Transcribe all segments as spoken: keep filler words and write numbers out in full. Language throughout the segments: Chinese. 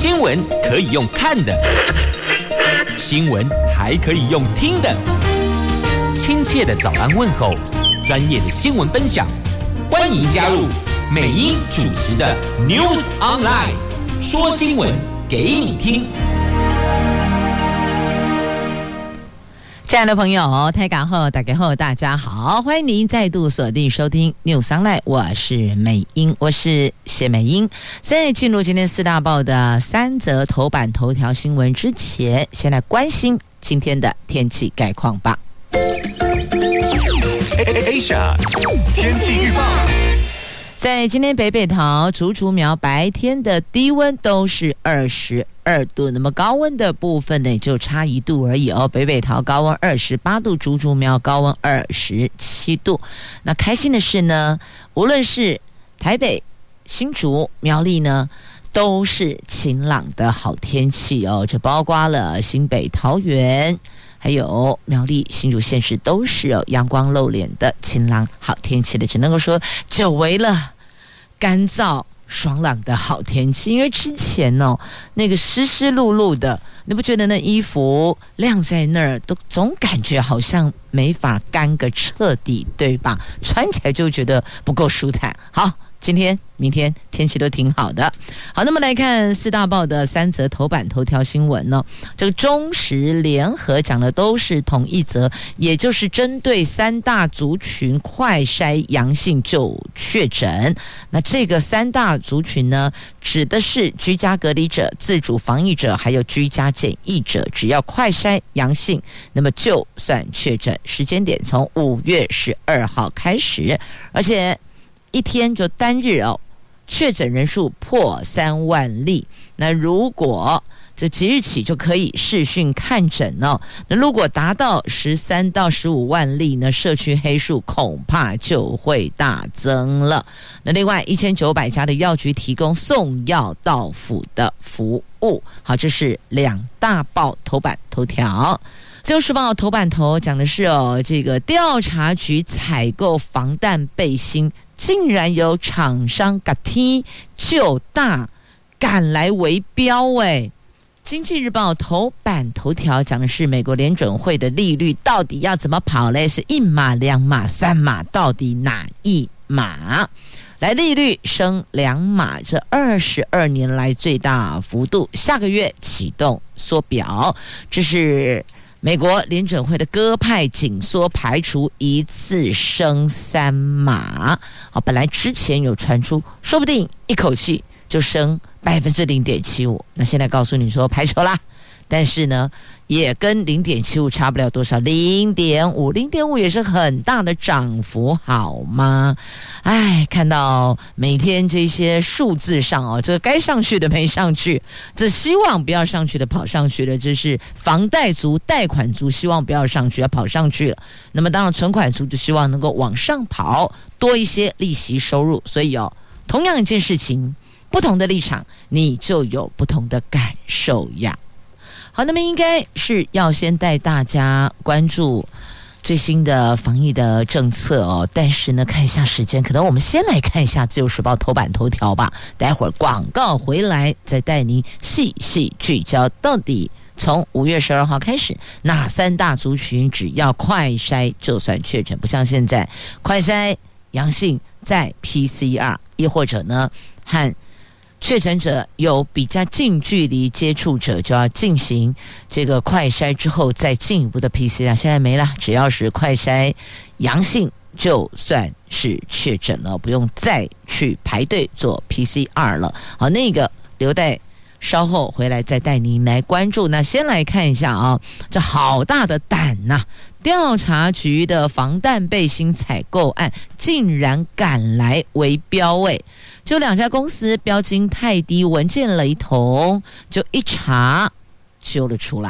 新闻可以用看的，新闻还可以用听的。亲切的早安问候，专业的新闻分享，欢迎加入美英主持的 News Online， 说新闻给你听。 亲爱的朋友，台港后大家好，大家好，欢迎您再度锁定收听 News Online， 我是美英，我是谢美英。在进入今天四大报的三则头版头条新闻之前，先来关心今天的天气概况吧。 Asia 天气预报。 在今天北北桃、竹竹苗白天的低温都是二十二度，那么高温的部分呢就差一度而已哦。北北桃高温二十八度，竹竹苗高温二十七度。那开心的是呢，无论是台北、新竹、苗栗呢，都是晴朗的好天气哦。这包括了新北、桃园。还有苗栗、新竹县市都是有阳光露脸的晴朗好天气的，只能够说久违了干燥爽朗的好天气。因为之前哦那个湿湿漉漉的，你不觉得那衣服晾在那儿都总感觉好像没法干个彻底，对吧？穿起来就觉得不够舒坦。好，今天明天天气都挺好的。好，那么来看四大报的三则头版头条新闻呢。这个中时联合讲的都是同一则，也就是针对三大族群快筛阳性就确诊。那这个三大族群呢，指的是居家隔离者、自主防疫者，还有居家检疫者，只要快筛阳性，那么就算确诊。时间点从五月十二号开始，而且一天就单日哦，确诊人数破三万例。那如果这即日起就可以视讯看诊哦，那如果达到十三到十五万例呢，社区黑数恐怕就会大增了。那另外一千九百家的药局提供送药到府的服务。好，这是两大报头版头条。自由时报头版头讲的是哦，这个调查局采购防弹背心，竟然有厂商嘎踢就大赶来围标哎。经济日报头版头条讲的是美国联准会的利率到底要怎么跑嘞？是一码、两码、三码，到底哪一码？来，利率升两码，这二十二年来最大幅度，下个月启动缩表，这是美国联准会的鸽派紧缩，排除一次升三码。好，本来之前有传出，说不定一口气就升百分之零点七五，那现在告诉你说排除啦，但是呢，也跟零点七五差不了多少，零点五，零点五也是很大的涨幅，好吗？哎，看到每天这些数字上哦，这个该上去的没上去，这希望不要上去的跑上去了，这是房贷族、贷款族希望不要上去，要跑上去了。那么当然，存款族就希望能够往上跑，多一些利息收入。所以哦，同样一件事情，不同的立场，你就有不同的感受呀。好，那么应该是要先带大家关注最新的防疫的政策哦。但是呢，看一下时间，可能我们先来看一下自由时报头版头条吧。待会儿广告回来，再带您细细聚焦，到底从五月十二号开始，哪三大族群只要快筛就算确诊，不像现在快筛阳性再 P C R， 亦或者呢和确诊者有比较近距离接触者，就要进行这个快筛之后再进一步的 P C R。 现在没了，只要是快筛阳性就算是确诊了，不用再去排队做 P C R 了。好，那个留待稍后回来再带您来关注。那先来看一下啊，这好大的胆呐、啊！调查局的防弹背心采购案竟然赶来围标位，就两家公司标金太低，文件雷同，就一查揪了出来。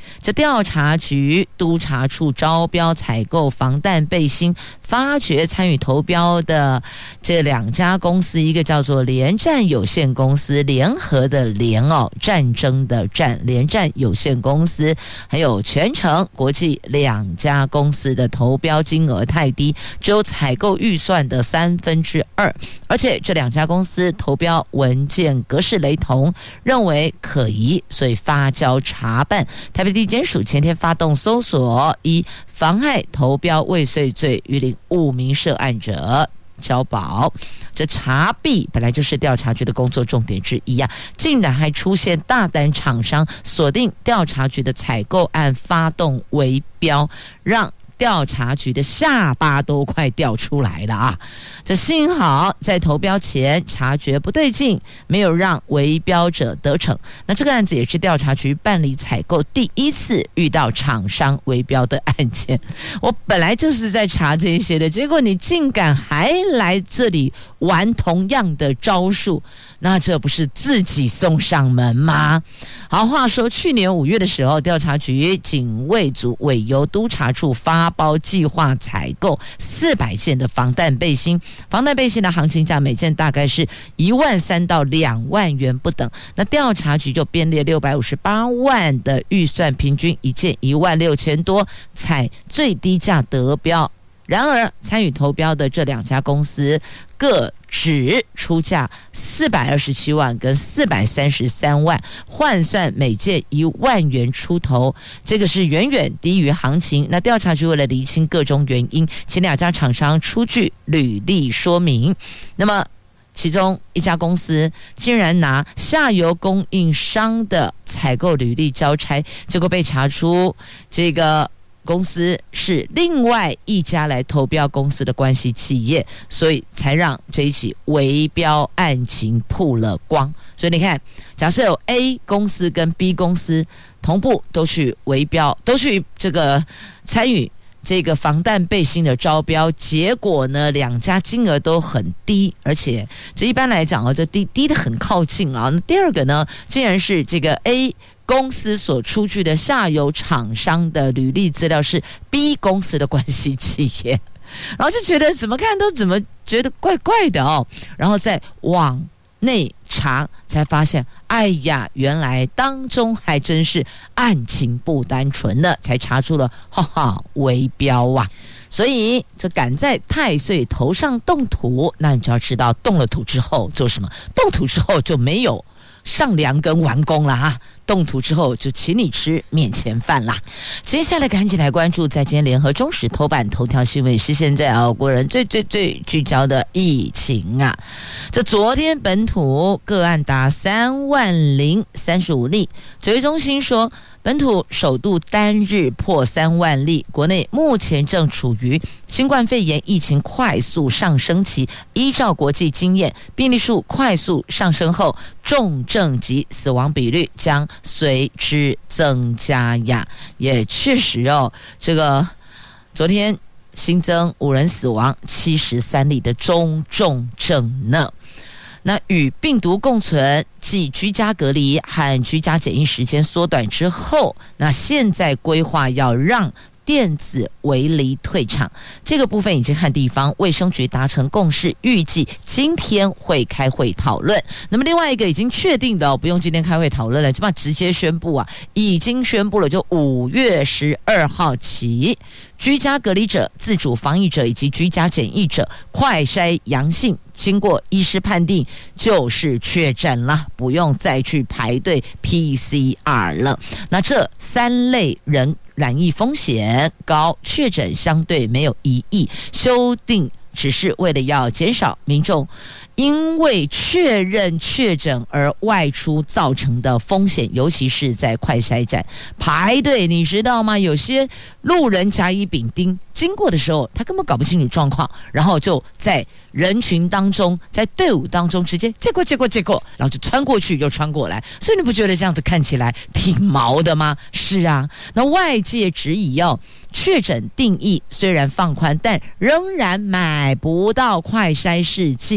这调查局督察处招标采购防弹背心，发觉参与投标的这两家公司，一个叫做联战有限公司，联合的联哦，战争的战，联战有限公司，还有全程国际两家公司的投标金额太低，只有采购预算的三分之二，而且这两家公司投标文件格式雷同，认为可疑，所以发交查办。台北地检署前天发动搜索，依妨害投标未遂罪，予领五名涉案者交保。这查弊本来就是调查局的工作重点之一啊，竟然还出现大胆厂商锁定调查局的采购案发动围标，让调查局的下巴都快掉出来了啊！这幸好在投标前察觉不对劲，没有让围标者得逞。那这个案子也是调查局办理采购第一次遇到厂商围标的案件。我本来就是在查这些的，结果你竟敢还来这里玩同样的招数，那这不是自己送上门吗？好，话说去年五月的时候，调查局警卫组委由督察处发包计划采购四百件的防弹背心，防弹背心的行情价每件大概是一万三到两万元不等。那调查局就编列六百五十八万的预算，平均一件一万六千多，采最低价得标。然而参与投标的这两家公司各只出价四百二十七万跟四百三十三万，换算每件一万元出头，这个是远远低于行情。那调查局为了厘清各种原因，请两家厂商出具履历说明。那么其中一家公司竟然拿下游供应商的采购履历交差，结果被查出这个公司是另外一家来投标公司的关系企业，所以才让这一起围标案情曝了光。所以你看，假设有 A 公司跟 B 公司同步都去围标，都去这个参与这个防弹背心的招标，结果呢，两家金额都很低，而且这一般来讲哦，这低低的很靠近啊。那第二个呢，竟然是这个 A公司所出具的下游厂商的履历资料是 B 公司的关系企业，然后就觉得怎么看都怎么觉得怪怪的哦，然后再往内查才发现，哎呀，原来当中还真是案情不单纯的，才查出了哈哈围标啊！所以这赶在太岁头上动土，那你就要知道动了土之后做什么，动土之后就没有上梁跟完工了哈，动土之后就请你吃面前饭啦。接下来赶紧来关注在今天联合中时头版头条新闻，是现在啊国人最最最聚焦的疫情啊。这昨天本土个案达三万零三十五例，指挥中心说本土首度单日破三万例，国内目前正处于新冠肺炎疫情快速上升期，依照国际经验，病例数快速上升后，重症及死亡比率将随之增加呀。也确实哦，这个昨天新增五人死亡，七十三例的中重症呢。那与病毒共存，继居家隔离和居家检疫时间缩短之后，那现在规划要让电子围篱退场，这个部分已经和地方卫生局达成共识，预计今天会开会讨论。那么另外一个已经确定的、哦、不用今天开会讨论了，基本上直接宣布啊，已经宣布了，就五月十二号起，居家隔离者、自主防疫者以及居家检疫者快筛阳性，经过医师判定就是确诊了，不用再去排队 P C R 了。那这三类人染疫风险高，确诊相对没有疑义，修订只是为了要减少民众因为确认确诊而外出造成的风险，尤其是在快筛站排队，你知道吗？有些路人甲乙丙丁经过的时候，他根本搞不清楚状况，然后就在人群当中，在队伍当中直接借过借过借过，然后就穿过去又穿过来，所以你不觉得这样子看起来挺毛的吗？是啊，那外界质疑哦，确诊定义虽然放宽，但仍然买不到快筛试剂呀。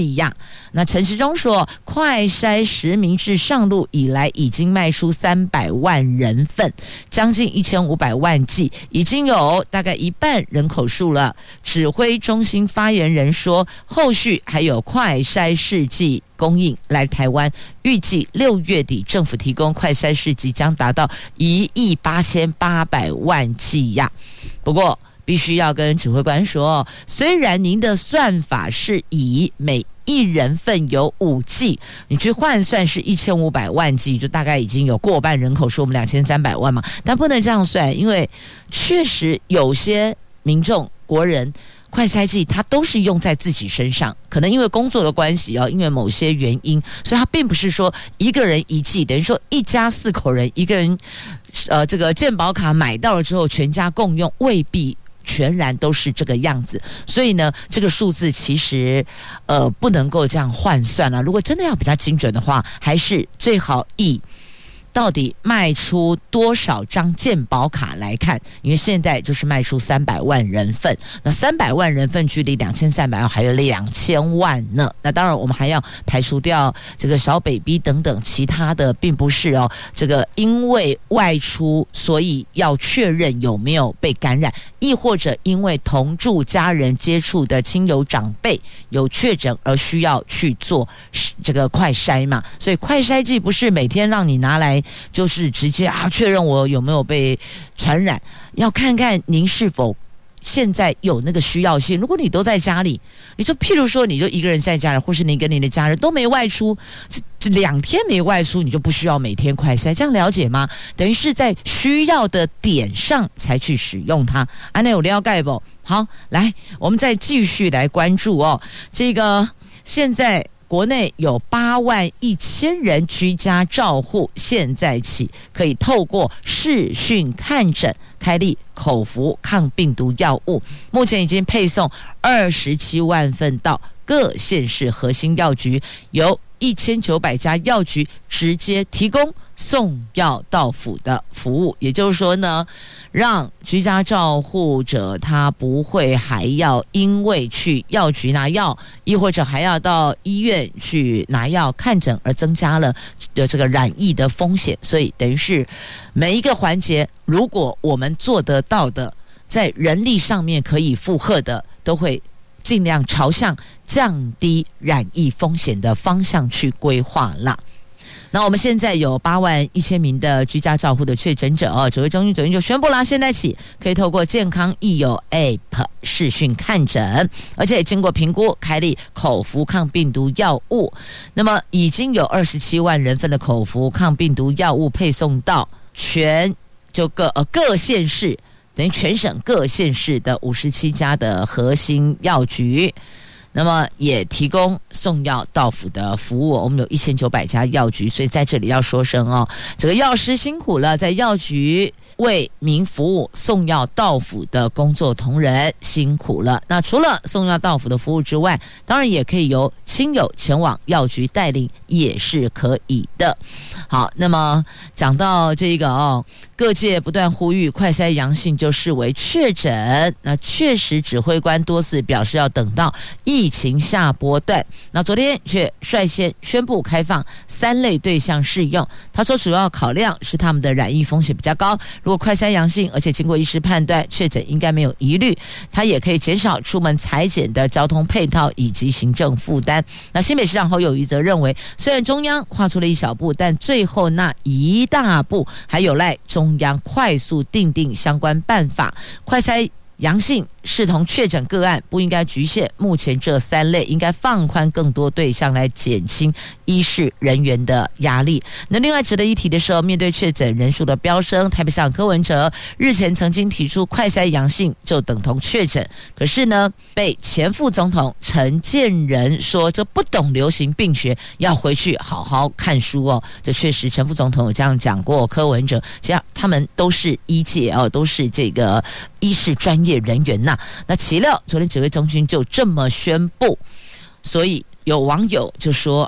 那陈时中说，快筛实名制上路以来，已经卖出三百万人份，将近一千五百万剂，已经有大概一半人口数了。指挥中心发言人说，后续还有快筛试剂供应来台湾，预计六月底政府提供快筛试剂将达到一亿八千八百万剂呀。不过必须要跟指挥官说，虽然您的算法是以每一人份有五剂，你去换算是一千五百万剂，就大概已经有过半人口数，我们两千三百万嘛，但不能这样算，因为确实有些民众国人快筛剂它都是用在自己身上，可能因为工作的关系哦，因为某些原因，所以它并不是说一个人一剂，等于说一家四口人一个人，呃，这个健保卡买到了之后全家共用，未必全然都是这个样子，所以呢，这个数字其实呃不能够这样换算了、啊。如果真的要比较精准的话，还是最好以到底卖出多少张健保卡来看，因为现在就是卖出三百万人份，那三百万人份距离两千三百万还有两千万呢。那当然我们还要排除掉这个小 baby 等等其他的，并不是哦，这个因为外出所以要确认有没有被感染，亦或者因为同住家人接触的亲友长辈有确诊而需要去做这个快筛嘛。所以快筛剂不是每天让你拿来就是直接啊确认我有没有被传染，要看看您是否现在有那个需要性。如果你都在家里，你就譬如说你就一个人在家里，或是你跟你的家人都没外出，这两天没外出，你就不需要每天快筛，这样了解吗？等于是在需要的点上才去使用它。安内有了解不？好，来我们再继续来关注哦，这个现在国内有八万一千人居家照护，现在起可以透过视讯看诊开立口服抗病毒药物，目前已经配送二十七万份到各县市核心药局，由一千九百家药局直接提供送药到府的服务。也就是说呢，让居家照护者他不会还要因为去药局拿药，亦或者还要到医院去拿药看诊而增加了这个染疫的风险。所以等于是每一个环节，如果我们做得到的，在人力上面可以负荷的，都会尽量朝向降低染疫风险的方向去规划啦。那我们现在有八万一千名的居家照护的确诊者哦，指挥中心昨天就宣布啦，现在起可以透过健康益友 App 视讯看诊，而且经过评估开立口服抗病毒药物。那么已经有二十七万人份的口服抗病毒药物配送到全就各呃各县市，等于全省各县市的五十七家的核心药局。那么也提供送药到府的服务，我们有一千九百家药局，所以在这里要说声哦，这个药师辛苦了，在药局为民服务送药到府的工作同仁辛苦了。那除了送药到府的服务之外，当然也可以由亲友前往药局带领，也是可以的。好，那么讲到这个哦，各界不断呼吁快筛阳性就视为确诊，那确实指挥官多次表示要等到疫情下波段，那昨天却率先宣布开放三类对象适用。他说主要考量是他们的染疫风险比较高，如果快筛阳性而且经过医师判断确诊应该没有疑虑，他也可以减少出门采检的交通配套以及行政负担。那新北市长侯友宜则认为，虽然中央跨出了一小步，但最后那一大步还有赖中央快速订定相关办法，快筛阳性视同确诊个案不应该局限目前这三类，应该放宽更多对象来减轻医事人员的压力。那另外值得一提的是，面对确诊人数的飙升，台北市长柯文哲日前曾经提出快筛阳性就等同确诊，可是呢被前副总统陈建仁说这不懂流行病学，要回去好好看书哦。这确实陈副总统有这样讲过，柯文哲其实他们都是医界哦，都是这个医事专业人员呐。那岂料昨天指挥中心就这么宣布，所以有网友就说啊，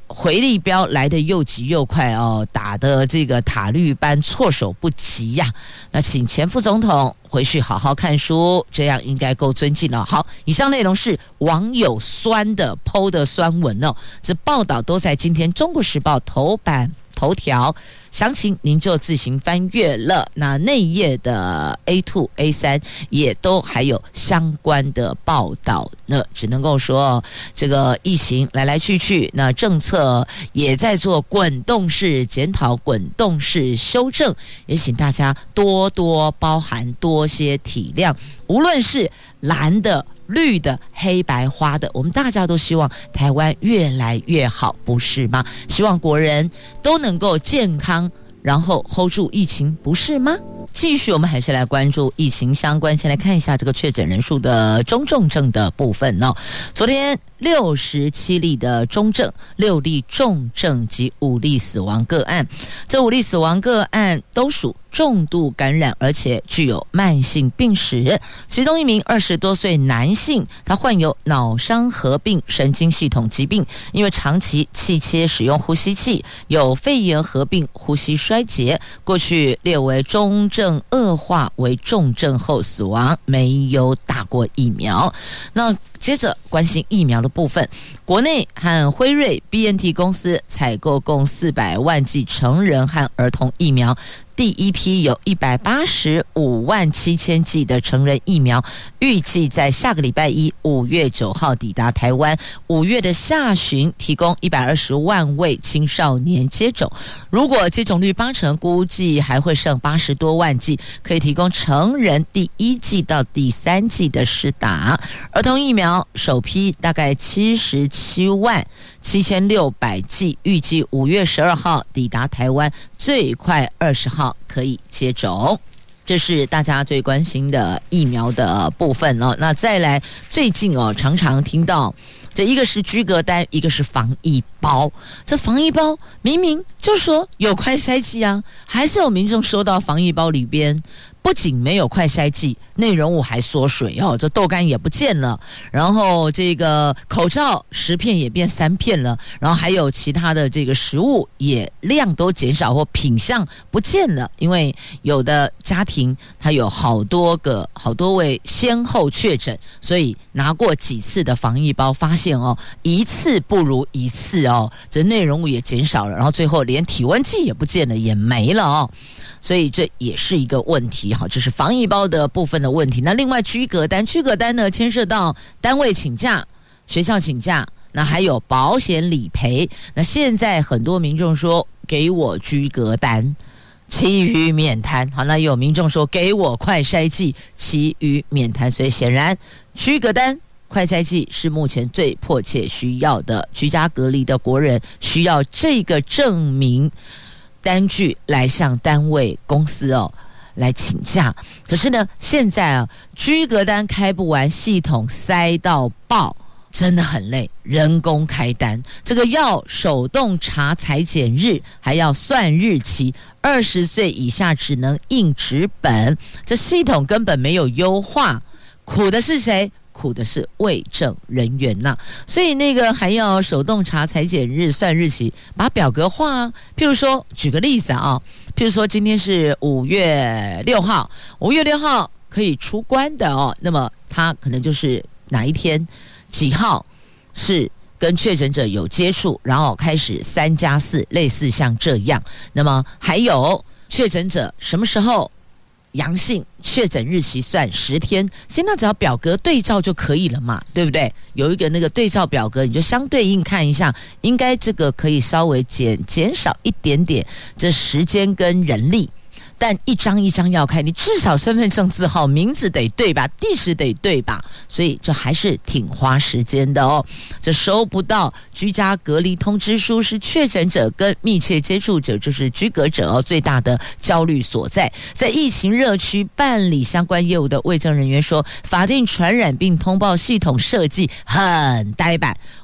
回力镖来得又急又快哦，打的这个塔绿班措手不及呀、啊。那请前副总统回去好好看书，这样应该够尊敬了。好，以上内容是网友酸的 P O 的酸文哦，这报道都在今天《中国时报》头版头条，详情您就自行翻阅了。那内页的 A 二 A 三 也都还有相关的报道呢，只能够说这个疫情来来去去，那政策也在做滚动式检讨、滚动式修正，也请大家多多包涵，多些体谅。无论是蓝的、绿的、黑白花的，我们大家都希望台湾越来越好，不是吗？希望国人都能够健康，然后 hold 住疫情，不是吗？继续，我们还是来关注疫情相关。先来看一下这个确诊人数的中重症的部分哦。昨天六十七例的中症，六例重症及五例死亡个案。这五例死亡个案都属重度感染，而且具有慢性病史。其中一名二十多岁男性，他患有脑伤合并神经系统疾病，因为长期气切使用呼吸器，有肺炎合并呼吸衰竭，过去列为中症恶化为重症后死亡，没有打过疫苗。那接着关心疫苗的部分，国内和辉瑞 B N T 公司采购共四百万剂成人和儿童疫苗。第一批有一百八十五万七千剂的成人疫苗，预计在下个礼拜一五月九号抵达台湾，五月的下旬提供一百二十万位青少年接种。如果接种率八成，估计还会剩八十多万剂，可以提供成人第一剂到第三剂的施打。儿童疫苗首批大概七十七万七千六百剂，预计五月十二号抵达台湾，最快二十号可以接种。这是大家最关心的疫苗的部分哦。那再来，最近哦，常常听到这一个是居隔单，一个是防疫包。这防疫包明明就说有快筛剂啊，还是有民众收到防疫包里边不仅没有快筛剂，内容物还缩水哦，这豆干也不见了，然后这个口罩十片也变三片了，然后还有其他的这个食物也量都减少或品项不见了，因为有的家庭他有好多个好多位先后确诊，所以拿过几次的防疫包，发现哦一次不如一次哦，这内容物也减少了，然后最后连体温计也不见了，也没了哦。所以这也是一个问题哈，这是防疫包的部分的问题。那另外居隔单，居隔单呢牵涉到单位请假、学校请假，那还有保险理赔。那现在很多民众说给我居隔单，其余免谈。好，那有民众说给我快筛剂，其余免谈。所以显然居隔单、快筛剂是目前最迫切需要的，居家隔离的国人需要这个证明单据来向单位公司哦来请假。可是呢，现在啊居隔单开不完，系统塞到爆，真的很累，人工开单，这个要手动查裁剪日，还要算日期，二十岁以下只能印纸本，这系统根本没有优化，苦的是谁？苦的是卫政人员呐、啊，所以那个还要手动查裁剪日、算日期，把表格化啊。譬如说，举个例子啊，譬如说今天是五月六号，五月六号可以出关的哦，那么他可能就是哪一天几号是跟确诊者有接触，然后开始三加四，类似像这样。那么还有确诊者什么时候阳性，确诊日期算十天，现在只要表格对照就可以了嘛，对不对？有一个那个对照表格，你就相对应看一下，应该这个可以稍微减减少一点点这时间跟人力。但一张一张要开，你至少身份证字号、名字得对吧，地址得对吧，所以这还是挺花时间的哦。这收不到居家隔离通知书是确诊者跟密切接触者，就是居隔者哦，最大的焦虑所在。在疫情热区办理相关业务的卫政人员说，法定传染病通报系统设计很呆板，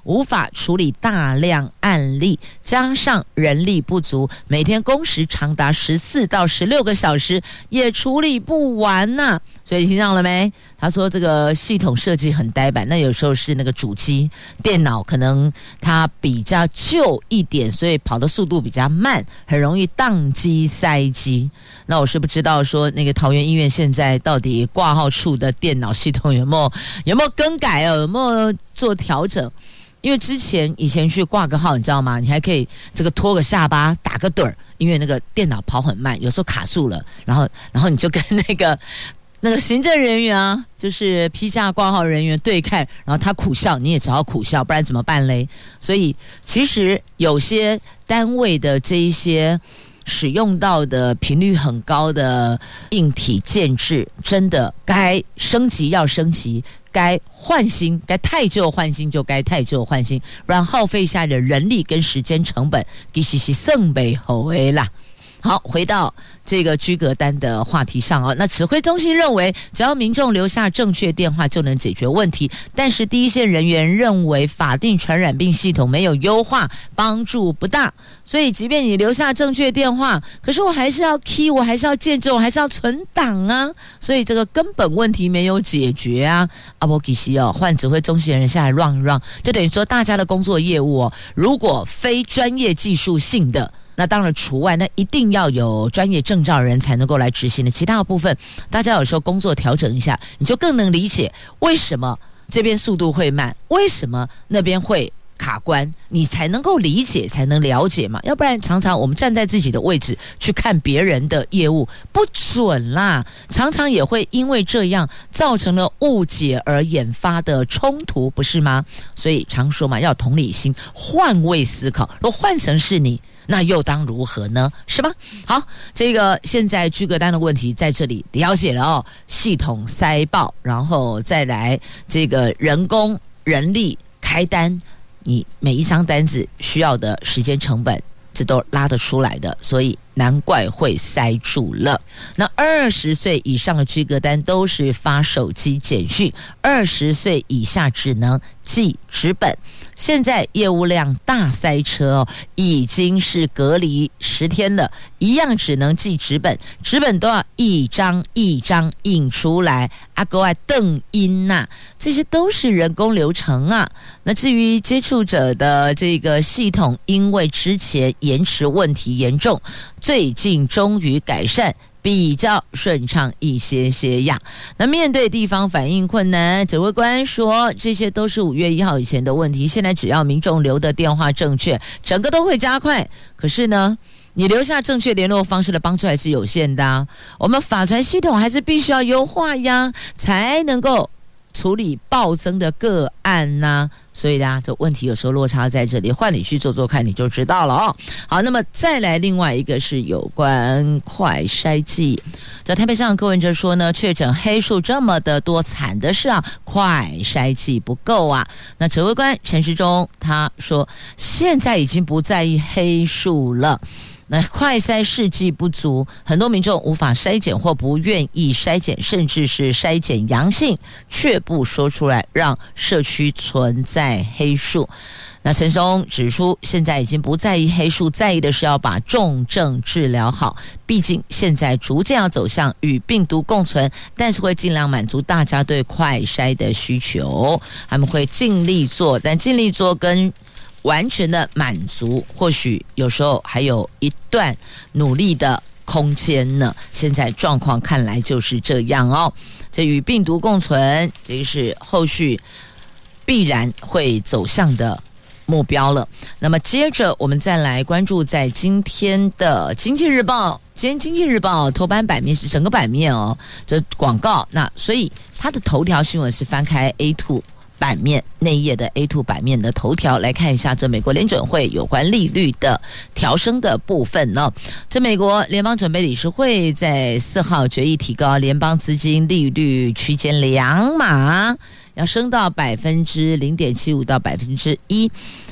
无法处理大量案例，加上人力不足，每天工时长达十四到十六个小时，也处理不完呐、啊。所以听到了没？他说这个系统设计很呆板，那有时候是那个主机电脑可能它比较旧一点，所以跑的速度比较慢，很容易宕机塞机。那我是不知道说那个桃园医院现在到底挂号处的电脑系统有没有有没有更改哦，有没有做调整？因为之前以前去挂个号，你知道吗？你还可以这个拖个下巴打个盹儿，因为那个电脑跑很慢，有时候卡住了，然后然后你就跟那个。那个行政人员啊，就是批价挂号人员对看，然后他苦笑，你也只好苦笑，不然怎么办嘞？所以其实有些单位的这一些使用到的频率很高的硬体建制，真的该升级要升级，该换新该汰旧换新就该汰旧换新，不然耗费下的人力跟时间成本其实是算不好的啦。好，回到这个居隔单的话题上哦，那指挥中心认为，只要民众留下正确电话就能解决问题，但是第一线人员认为法定传染病系统没有优化，帮助不大，所以即便你留下正确电话，可是我还是要 key， 我还是要建置，我还是要存档啊，所以这个根本问题没有解决啊。阿波吉西哦，换指挥中心的人下来 run run， 就等于说大家的工作业务哦，如果非专业技术性的。那当然除外，那一定要有专业证照人才能够来执行的。其他的部分，大家有时候工作调整一下，你就更能理解为什么这边速度会慢，为什么那边会卡关，你才能够理解，才能了解嘛。要不然常常我们站在自己的位置去看别人的业务，不准啦。常常也会因为这样造成了误解而引发的冲突，不是吗？所以常说嘛，要同理心，换位思考。如果换成是你，那又当如何呢？是吧？好，这个现在居隔单的问题在这里了解了哦，系统塞爆，然后再来这个人工人力开单，你每一张单子需要的时间成本，这都拉得出来的，所以难怪会塞住了。那二十岁以上的居隔单都是发手机简讯，二十岁以下只能寄纸本。现在业务量大塞车哦，已经是隔离十天了，一样只能寄纸本，纸本都要一张一张印出来，啊，各位邓音呐，这些都是人工流程啊。那至于接触者的这个系统，因为之前延迟问题严重，最近终于改善。比较顺畅一些些呀。那面对地方反应困难，指挥官说这些都是五月一号以前的问题，现在只要民众留的电话正确，整个都会加快。可是呢，你留下正确联络方式的帮助还是有限的啊。我们法传系统还是必须要优化呀，才能够处理暴增的个案呐、啊。所以呢，这问题有时候落差在这里，换你去做做看，你就知道了哦。好，那么再来另外一个是有关快筛剂。在台北上柯文哲说呢，确诊黑数这么的多，惨的是啊，快筛剂不够啊。那指挥官陈时中他说，现在已经不在意黑数了。那快筛试剂不足，很多民众无法筛检或不愿意筛检，甚至是筛检阳性却不说出来，让社区存在黑数。那陈松指出，现在已经不在意黑数，在意的是要把重症治疗好。毕竟现在逐渐要走向与病毒共存，但是会尽量满足大家对快筛的需求，他们会尽力做，但尽力做跟完全的满足，或许有时候还有一段努力的空间呢。现在状况看来就是这样哦。这与病毒共存，这是后续必然会走向的目标了。那么接着我们再来关注在今天的经济日报，今天经济日报头版版面是整个版面哦，这广告，那所以它的头条新闻是翻开 A 二版面内页的 A 二 版面的头条来看一下，这美国联准会有关利率的调升的部分呢。这美国联邦准备理事会在四号决议提高联邦资金利率区间两码，要升到百分之零点七五到百分之一。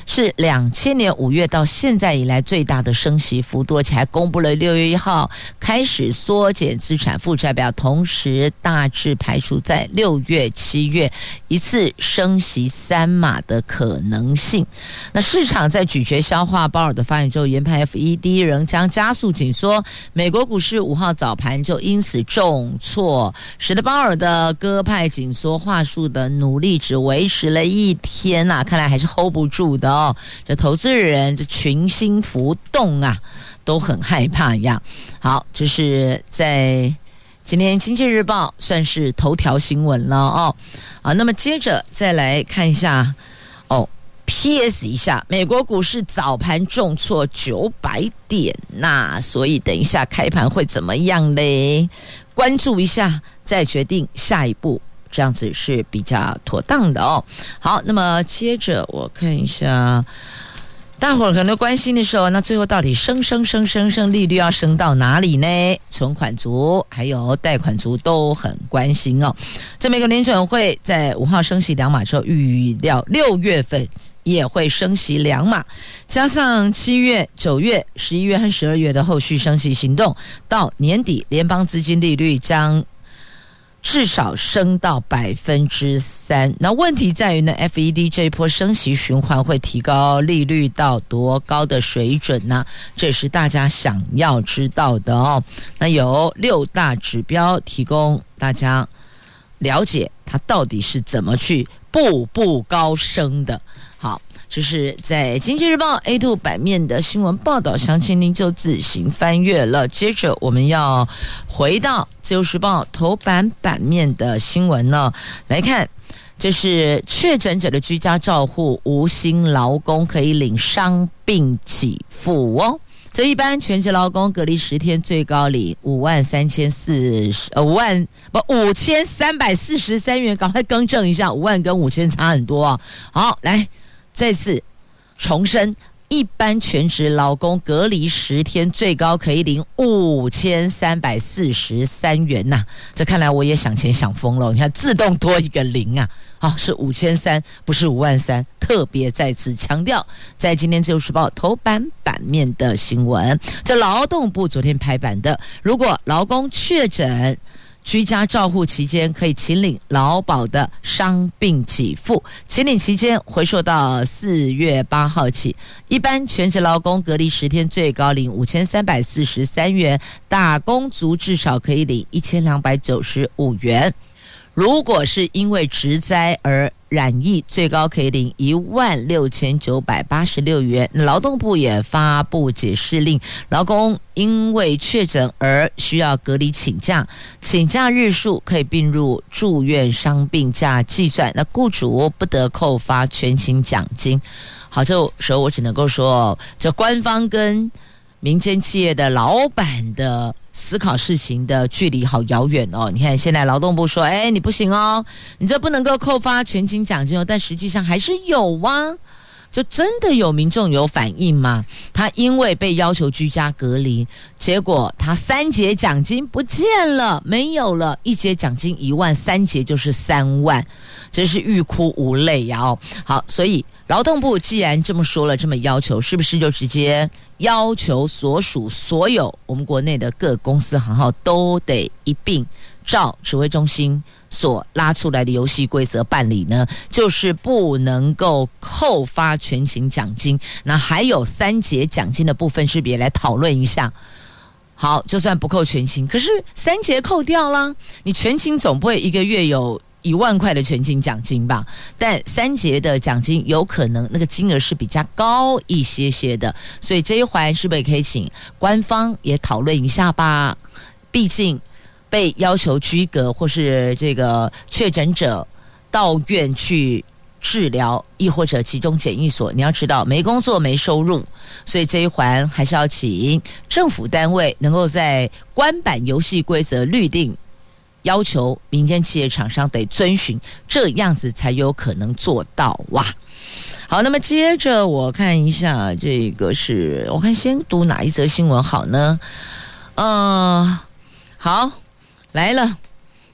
是两千年五月到现在以来最大的升息幅度，而且还公布了六月一号开始缩减资产负债表，同时大致排除在六月、七月一次升息三码的可能性。那市场在咀嚼消化鲍尔的发言之后，研判 F E D 仍将加速紧缩，美国股市五号早盘就因此重挫，使得鲍尔的鸽派紧缩话术的努力只维持了一天啊，看来还是 hold 不住的哦。这投资人这群心浮动啊，都很害怕呀。好，这是在今天《经济日报》算是头条新闻了哦。啊，那么接着再来看一下哦。P S 一下，美国股市早盘重挫九百点，那所以等一下开盘会怎么样嘞？关注一下，再决定下一步，这样子是比较妥当的哦。好，那么接着我看一下，大伙儿可能关心的时候，那最后到底升升升升升利率要升到哪里呢？存款族还有贷款族都很关心哦。这美国联准会在五号升息两码之后，预料六月份也会升息两码，加上七月、九月、十一月和十二月的后续升息行动，到年底联邦资金利率将至少升到百分之三。那问题在于呢 ，F E D 这一波升息循环会提高利率到多高的水准呢？这是大家想要知道的哦。那有六大指标提供大家了解，它到底是怎么去步步高升的。好，这是在《经济日报》A 二 版面的新闻报道，详情您就自行翻阅了。接着我们要回到《自由时报》头版版面的新闻呢，来看，这是确诊者的居家照护无薪劳工可以领伤病给付哦。这一般全职劳工隔离十天，最高领五万三千四十呃五万不五千三百四十三元，赶快更正一下，五万跟五千差很多啊。好，来再次重申，一般全职劳工隔离十天，最高可以领五千三百四十三元呐、啊。这看来我也想钱想疯了，你看自动多一个零啊。好，是五千三，不是五万三，特别再次强调，在今天《自由时报》头版版面的新闻，这劳动部昨天拍板的，如果劳工确诊居家照护期间，可以请领劳保的伤病给付，请领期间回溯到四月八号起。一般全职劳工隔离十天，最高领五千三百四十三元，打工族至少可以领一千两百九十五元。如果是因为职灾而染疫，最高可以领一万六千九百八十六元。劳动部也发布解释令，劳工因为确诊而需要隔离请假，请假日数可以并入住院伤病假计算，那雇主不得扣发全勤奖金。好，这时候我只能够说，这官方跟民间企业的老板的思考事情的距离好遥远哦。你看现在劳动部说，哎，你不行哦，你这不能够扣发全勤奖金哦，但实际上还是有啊。就真的有民众有反应吗？他因为被要求居家隔离，结果他三节奖金不见了，没有了，一节奖金一万，三节就是三万，真是欲哭无泪呀、哦！好，所以劳动部既然这么说了，这么要求，是不是就直接要求所属所有我们国内的各公司行号都得一并照指挥中心所拉出来的游戏规则办理呢？就是不能够扣发全勤奖金，那还有三节奖金的部分，是别来讨论一下。好，就算不扣全勤，可是三节扣掉了，你全勤总不会一个月有一万块的全勤奖金吧？但三节的奖金有可能那个金额是比较高一些些的，所以这一环是不是也可以请官方也讨论一下吧？毕竟被要求居隔或是这个确诊者到院去治疗，亦或者集中检疫所，你要知道没工作没收入，所以这一环还是要请政府单位能够在官版游戏规则律定，要求民间企业厂商得遵循，这样子才有可能做到哇。好，那么接着我看一下，这个是我看先读哪一则新闻好呢？呃，好。来了，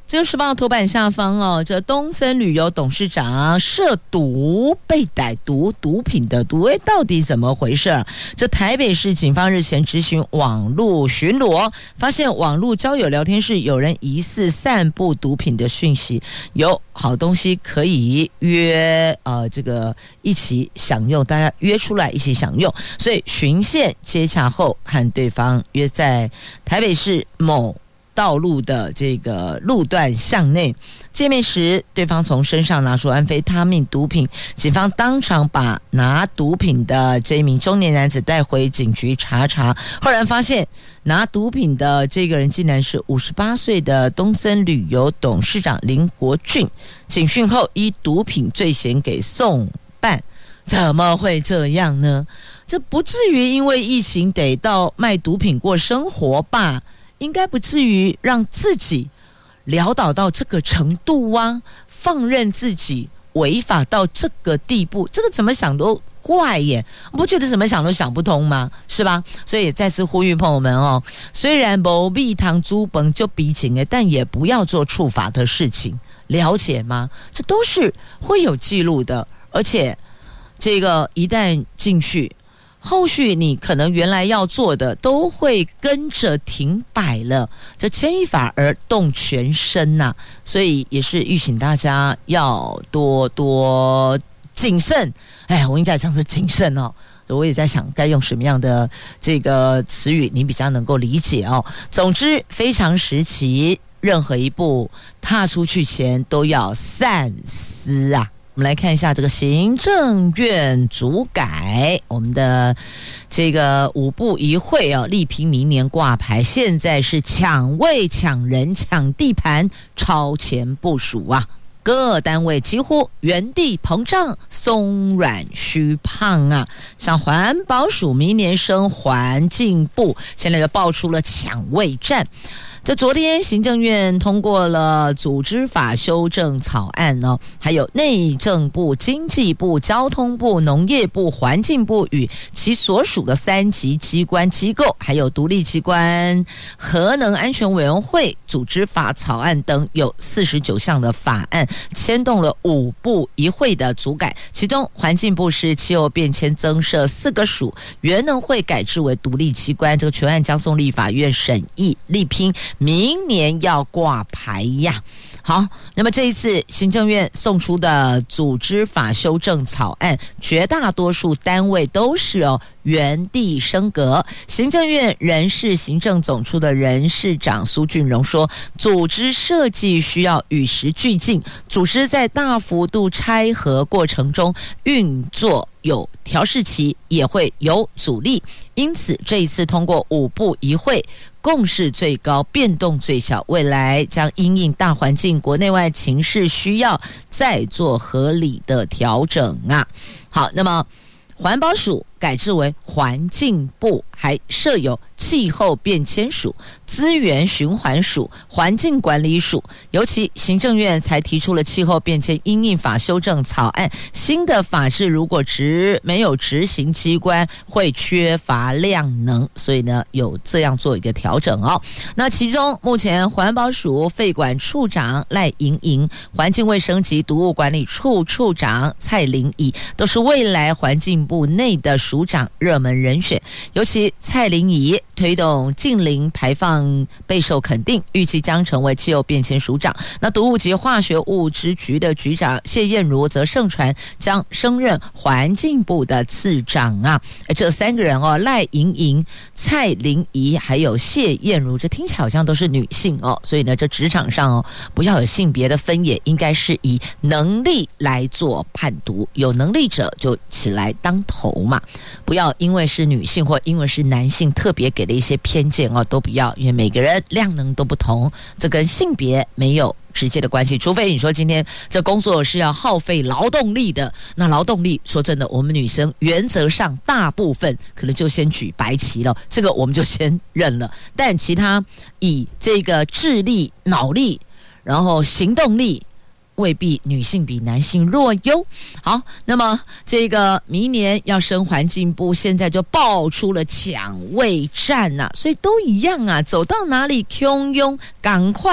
自由时报头版下方哦，这东森旅游董事长涉毒被逮毒，毒品的毒，哎，到底怎么回事？这台北市警方日前执行网络巡逻，发现网络交友聊天室有人疑似散布毒品的讯息，有好东西可以约呃这个一起享用，大家约出来一起享用，所以循线接洽后和对方约在台北市某道路的这个路段巷内见面时，对方从身上拿出安非他命毒品，警方当场把拿毒品的这一名中年男子带回警局查查，后来发现拿毒品的这个人竟然是五十八岁的东森旅游董事长林国俊，警讯后依毒品罪嫌给送办。怎么会这样呢？这不至于因为疫情得到卖毒品过生活吧？应该不至于让自己潦倒到这个程度啊，放任自己违法到这个地步，这个怎么想都怪耶，不觉得怎么想都想不通吗？是吧？所以再次呼吁朋友们哦，虽然没蜜糖猪本就逼紧诶，但也不要做触法的事情，了解吗？这都是会有记录的，而且这个一旦进去，后续你可能原来要做的都会跟着停摆了，这牵一发而动全身呐、啊，所以也是预请大家要多多谨慎。哎，我应该这样子谨慎哦。我也在想该用什么样的这个词语你比较能够理解哦。总之，非常时期，任何一步踏出去前都要三思啊。我们来看一下这个行政院主改，我们的这个五部一会啊，力拼明年挂牌，现在是抢位、抢人、抢地盘，超前部署啊！各单位几乎原地膨胀，松软虚胖啊！像环保署明年升环境部，现在就爆出了抢位战。这昨天行政院通过了组织法修正草案呢，还有内政部、经济部、交通部、农业部、环境部与其所属的三级机关机构，还有独立机关核能安全委员会组织法草案等，有四十九项的法案牵动了五部一会的组改，其中环境部是气候变迁增设四个署，原能会改制为独立机关，这个全案将送立法院审议，力拼明年要挂牌呀。好，那么这一次行政院送出的组织法修正草案，绝大多数单位都是哦原地升格。行政院人事行政总处的人事长苏俊荣说，组织设计需要与时俱进，组织在大幅度拆合过程中运作有调试期，也会有阻力，因此这一次通过五部一会，共识最高，变动最小，未来将因应大环境、国内外情势需要，再做合理的调整啊。好，那么环保署改制为环境部，还设有气候变迁署、资源循环署、环境管理署。尤其行政院才提出了气候变迁因应法修正草案，新的法制如果执没有执行机关，会缺乏量能，所以呢有这样做一个调整哦。那其中目前环保署废管处长赖莹莹、环境卫生及毒物管理处处长蔡玲仪都是未来环境部内的署长热门人选，尤其蔡玲仪推动净零排放备受肯定，预计将成为气候变迁署长。那毒物及化学物质局的局长谢燕如则盛传将升任环境部的次长啊。这三个人哦，赖莹莹、蔡玲仪还有谢燕如，这听起来好像都是女性哦，所以呢，这职场上哦不要有性别的分野，应该是以能力来做判读，有能力者就起来当头嘛。不要因为是女性或因为是男性特别给了一些偏见哦，都不要，因为每个人量能都不同，这跟性别没有直接的关系，除非你说今天这工作是要耗费劳动力的，那劳动力说真的，我们女生原则上大部分可能就先举白旗了，这个我们就先认了。但其他以这个智力、脑力，然后行动力，未必女性比男性弱哟。好，那么这个明年要升环境部，现在就爆出了抢位战啊，所以都一样啊，走到哪里汹涌，赶快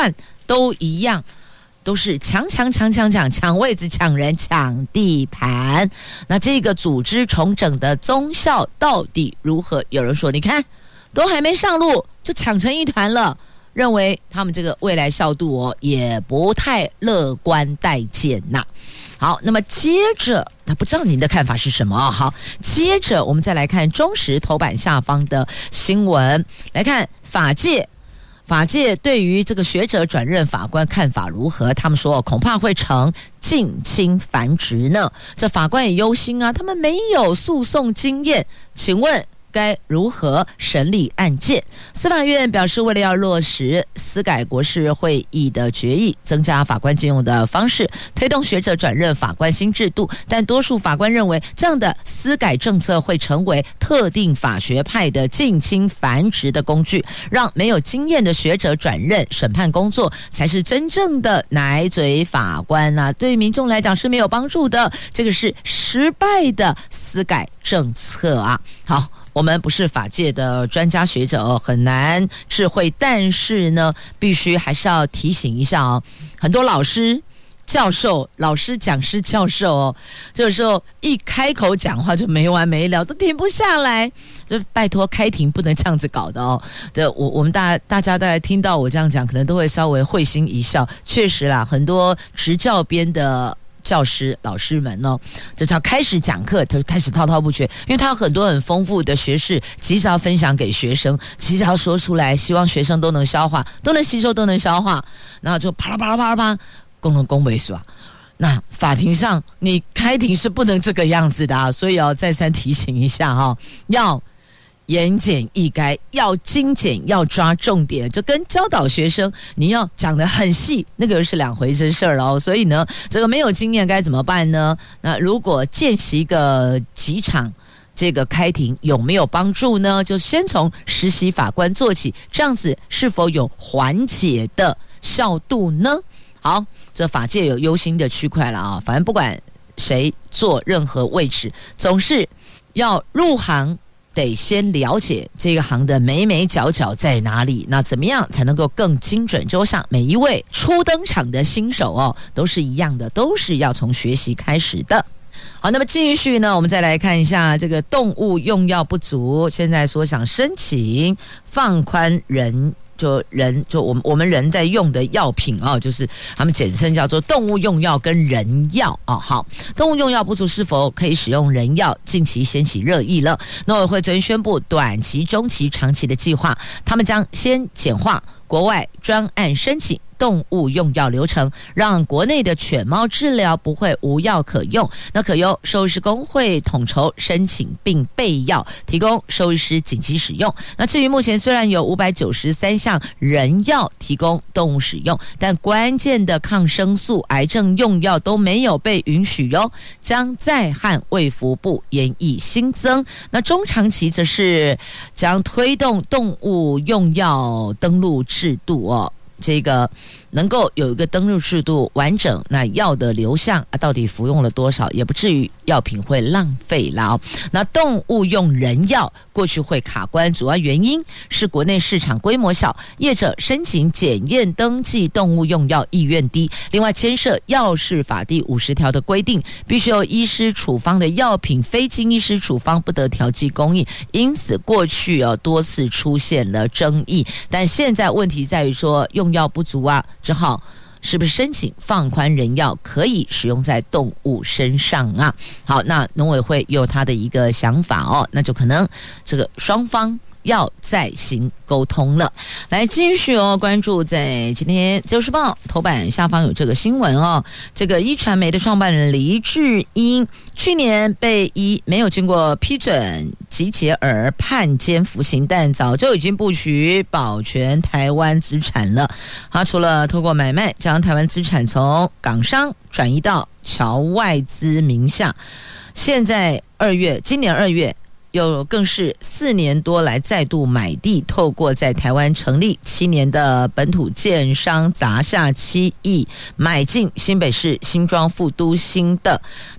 都一样。都是抢抢抢抢抢抢位置、抢人、抢地盘。那这个组织重整的宗效到底如何？有人说，你看，都还没上路就抢成一团了，认为他们这个未来效度哦也不太乐观待见呐。好，那么接着，那不知道您的看法是什么？好，接着我们再来看中时头版下方的新闻，来看法界。法界对于这个学者转任法官看法如何？他们说恐怕会成近亲繁殖呢。这法官也忧心啊，他们没有诉讼经验，请问该如何审理案件？司法院表示，为了要落实司改国是会议的决议，增加法官聘用的方式，推动学者转任法官新制度，但多数法官认为，这样的司改政策会成为特定法学派的近亲繁殖的工具，让没有经验的学者转任审判工作，才是真正的奶嘴法官啊！对民众来讲是没有帮助的，这个是失败的司改政策啊！好。我们不是法界的专家学者哦，很难智慧，但是呢，必须还是要提醒一下哦，很多老师、教授、老师、讲师、教授哦，这个时候一开口讲话就没完没了，都停不下来。就拜托开庭不能这样子搞的哦。这我我们大大家大概听到我这样讲，可能都会稍微会心一笑。确实啦，很多执教编的教师老师们哦，这叫开始讲课就开始滔滔不绝，因为他有很多很丰富的学识，急着要分享给学生，急着要说出来，希望学生都能消化，都能吸收，都能消化，然后就啪啦啪啦啪啦啪，公共恭维说。那法庭上你开庭是不能这个样子的啊，所以要再三提醒一下哈、哦，要言简意赅，要精简，要抓重点，就跟教导学生你要讲得很细，那个是两回事儿哦。所以呢，这个没有经验该怎么办呢？那如果见习个几场这个开庭有没有帮助呢？就先从实习法官做起，这样子是否有缓解的效度呢？好，这法界有忧心的区块了啊，反正不管谁做任何位置，总是要入行得先了解这个行的眉眉角角在哪里，那怎么样才能够更精准？就我想每一位初登场的新手哦，都是一样的，都是要从学习开始的。好，那么继续呢，我们再来看一下这个动物用药不足，现在所想申请放宽人。就人就我们我们人在用的药品啊，就是他们简称叫做动物用药跟人药啊。好，动物用药不足是否可以使用人药？近期掀起热议了。农委会昨天宣布短期、中期、长期的计划，他们将先简化国外专案申请动物用药流程，让国内的犬猫治疗不会无药可用。那可由兽医师公会统筹申请并备药，提供兽医师紧急使用。那至于目前虽然有五百九十三项人药提供动物使用，但关键的抗生素、癌症用药都没有被允许哟，将再和卫福部研议新增。那中长期则是将推动动物用药登录制度哦。这个能够有一个登录制度完整，那药的流向啊，到底服用了多少，也不至于药品会浪费啦、哦。那动物用人药过去会卡关，主要原因是国内市场规模小，业者申请检验登记动物用药意愿低，另外牵涉药事法第五十条的规定，必须有医师处方的药品，非经医师处方不得调剂供应，因此过去哦多次出现了争议。但现在问题在于说用药不足啊，只好是不是申请放宽人药可以使用在动物身上啊？好，那农委会有他的一个想法哦，那就可能这个双方要再行沟通了。来继续哦，关注在今天《自由时报》头版下方有这个新闻哦，这个一传媒的创办人黎智英去年被依没有经过批准集结而判监服刑，但早就已经布局保全台湾资产了。他除了透过买卖将台湾资产从港商转移到侨外资名下，现在二月，今年二月。有更是四年多来再度买地，透过在台湾成立七年的本土建商砸下七亿买进新北市新庄副都心的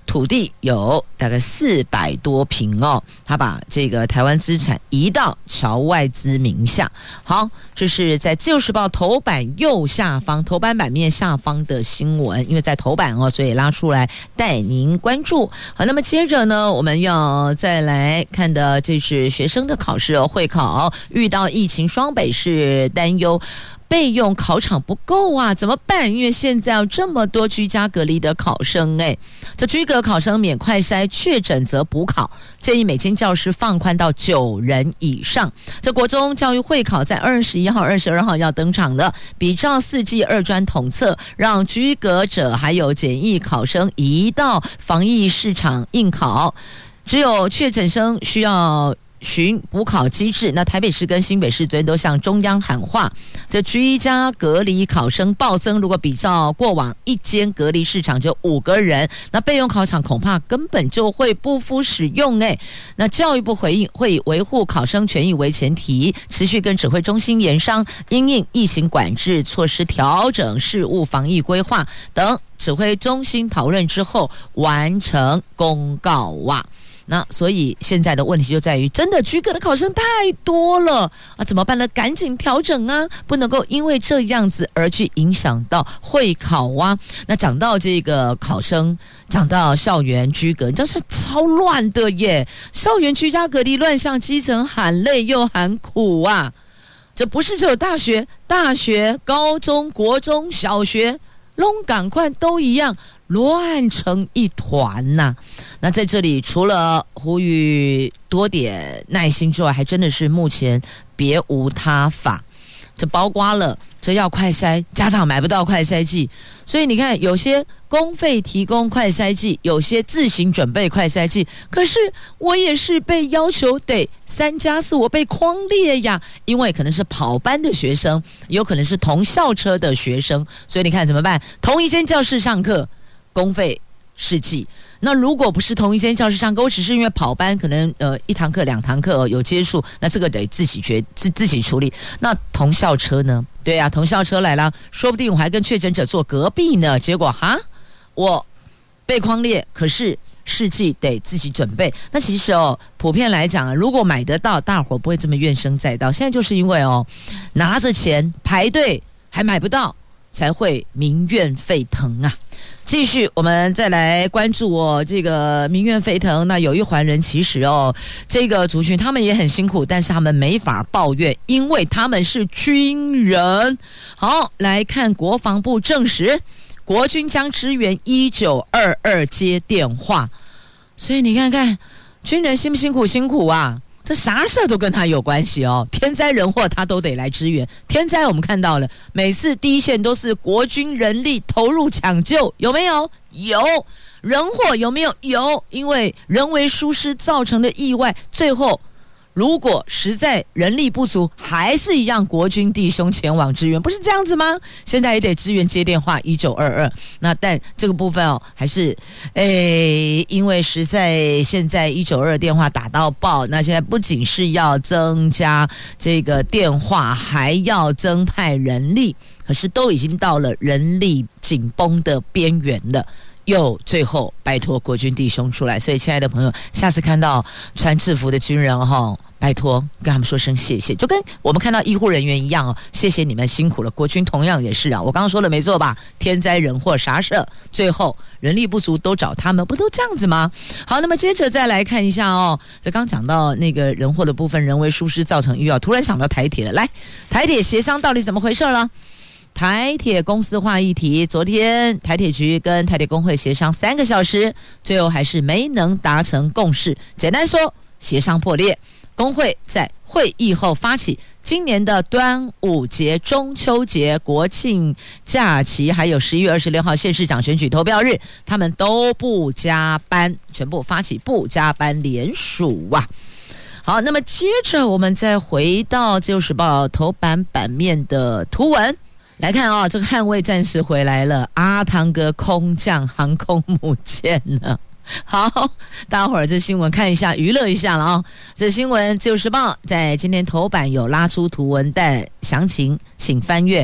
土地有大概四百多坪哦，他把这个台湾资产移到侨外资名下。好，这是在自由时报头版右下方头版版面下方的新闻，因为在头版哦，所以拉出来带您关注。好，那么接着呢，我们要再来看的，这是学生的考试哦，会考遇到疫情，双北市担忧备用考场不够啊，怎么办？因为现在有这么多居家隔离的考生，哎，这居隔考生免快筛，确诊则补考，建议每间教室放宽到九人以上。这国中教育会考在二十一号、二十二号要登场了，比照四季二专统测，让居隔者还有检疫考生移到防疫市场应考，只有确诊生需要循补考机制。那台北市跟新北市昨天都向中央喊话，这居家隔离考生暴增，如果比照过往一间隔离市场就五个人，那备用考场恐怕根本就会不敷使用。哎，那教育部回应，会以维护考生权益为前提，持续跟指挥中心研商，因应疫情管制措施调整事务防疫规划等，指挥中心讨论之后完成公告啊。那所以现在的问题就在于，真的居隔的考生太多了啊，怎么办呢？赶紧调整啊，不能够因为这样子而去影响到会考啊。那讲到这个考生，讲到校园居隔，你知道是超乱的耶，校园居家隔离乱向基层喊累又喊苦啊。这不是只有大学，大学、高中、国中小学拢赶快都一样，乱成一团呐、啊！那在这里，除了呼吁多点耐心之外，还真的是目前别无他法。这包括了这要快筛，家长买不到快筛剂，所以你看，有些公费提供快筛剂，有些自行准备快筛剂。可是我也是被要求得三加四，我被匡列呀，因为可能是跑班的学生，有可能是同校车的学生，所以你看怎么办？同一间教室上课，公费试剂。那如果不是同一间教室上课，我只是因为跑班，可能呃一堂课两堂课、哦、有接触，那这个得自己决自自己处理。那同校车呢？对啊，同校车来了，说不定我还跟确诊者坐隔壁呢。结果哈，我被匡列，可是试剂得自己准备。那其实哦，普遍来讲，如果买得到，大伙不会这么怨声载道。现在就是因为哦，拿着钱排队还买不到，才会民怨沸腾啊。继续，我们再来关注哦，这个民怨沸腾。那有一环人其实哦，这个族群他们也很辛苦，但是他们没法抱怨，因为他们是军人。好，来看国防部证实，国军将支援一九二二接电话。所以你看看，军人辛不辛苦？辛苦啊！这啥事都跟他有关系哦，天灾人祸他都得来支援。天灾我们看到了，每次第一线都是国军人力投入抢救，有没有？有。人祸有没有？有。因为人为疏失造成的意外，最后如果实在人力不足，还是一样国军弟兄前往支援，不是这样子吗？现在也得支援接电话一九二二。那但这个部分哦，还是诶，因为实在现在一九二二电话打到爆，那现在不仅是要增加这个电话，还要增派人力，可是都已经到了人力紧绷的边缘了。又最后拜托国军弟兄出来，所以亲爱的朋友，下次看到穿制服的军人哈，拜托跟他们说声谢谢，就跟我们看到医护人员一样哦，谢谢你们辛苦了。国军同样也是啊，我刚刚说的没错吧？天灾人祸啥事，最后人力不足都找他们，不都这样子吗？好，那么接着再来看一下哦，这刚讲到那个人祸的部分，人为疏失造成意外，突然想到台铁了，来，台铁协商到底怎么回事了？台铁公司化议题，昨天台铁局跟台铁工会协商三个小时，最后还是没能达成共识。简单说，协商破裂。工会在会议后发起今年的端午节、中秋节、国庆假期，还有十一月二十六号县市长选举投票日，他们都不加班，全部发起不加班联署啊。好，那么接着我们再回到自由时报头版版面的图文。来看哦，这个捍卫战士回来了，阿汤哥空降航空母舰了。好，大伙儿这新闻看一下，娱乐一下了啊、哦。这新闻自由时报在今天头版有拉出图文，但详情请翻阅标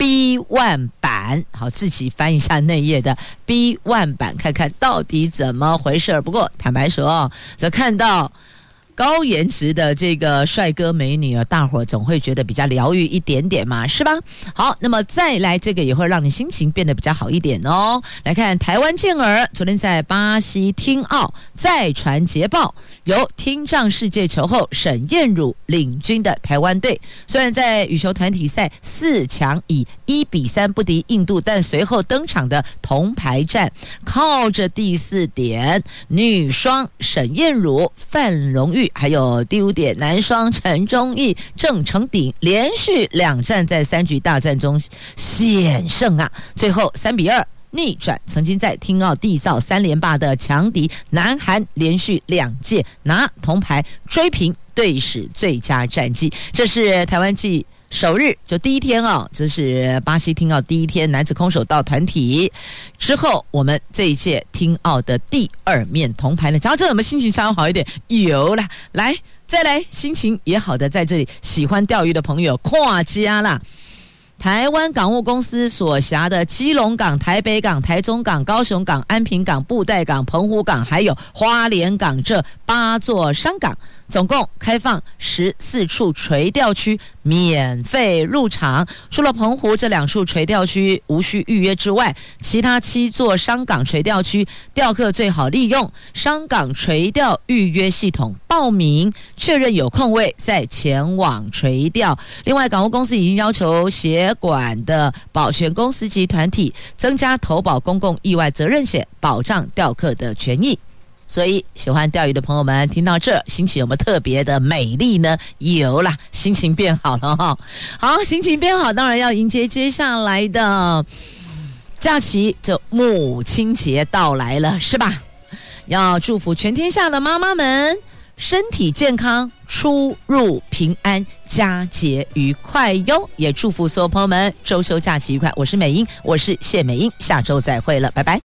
B 万版，好，自己翻一下内页的 B 万版，看看到底怎么回事。不过坦白说哦，则看到高颜值的这个帅哥美女啊，大伙总会觉得比较疗愈一点点嘛，是吧？好，那么再来这个也会让你心情变得比较好一点哦。来看台湾健儿昨天在巴西听奥再传捷报，由听障世界球后沈燕汝领军的台湾队，虽然在羽球团体赛四强以一比三不敌印度，但随后登场的铜牌战，靠着第四点女双沈燕汝、范荣玉，还有第五点男双陈忠义、郑成鼎连续两战在三局大战中险胜啊，最后三比二逆转曾经在听奥缔造三连霸的强敌南韩，连续两届拿铜牌追平队史最佳战绩。这是台湾季首日就第一天哦，这是巴西听奥第一天男子空手道团体之后，我们这一届听奥的第二面铜牌呢。讲到这有没有心情稍微好一点？有啦，来再来心情也好的，在这里喜欢钓鱼的朋友跨家啦。台湾港务公司所辖的基隆港、台北港、台中港、高雄港、安平港、布袋港、澎湖港还有花莲港这八座商港，总共开放十四处垂钓区免费入场。除了澎湖这两处垂钓区无需预约之外，其他七座商港垂钓区钓客最好利用商港垂钓预约系统报名，确认有空位再前往垂钓。另外，港务公司已经要求协管的保全公司及团体增加投保公共意外责任险，保障钓客的权益。所以喜欢钓鱼的朋友们听到这，心情有没有特别的美丽呢？有啦，心情变好了哈。好，心情变好，当然要迎接接下来的假期，这母亲节到来了，是吧？要祝福全天下的妈妈们身体健康，出入平安，佳节愉快哟！也祝福所有朋友们周休假期愉快。我是美英，我是谢美英，下周再会了，拜拜。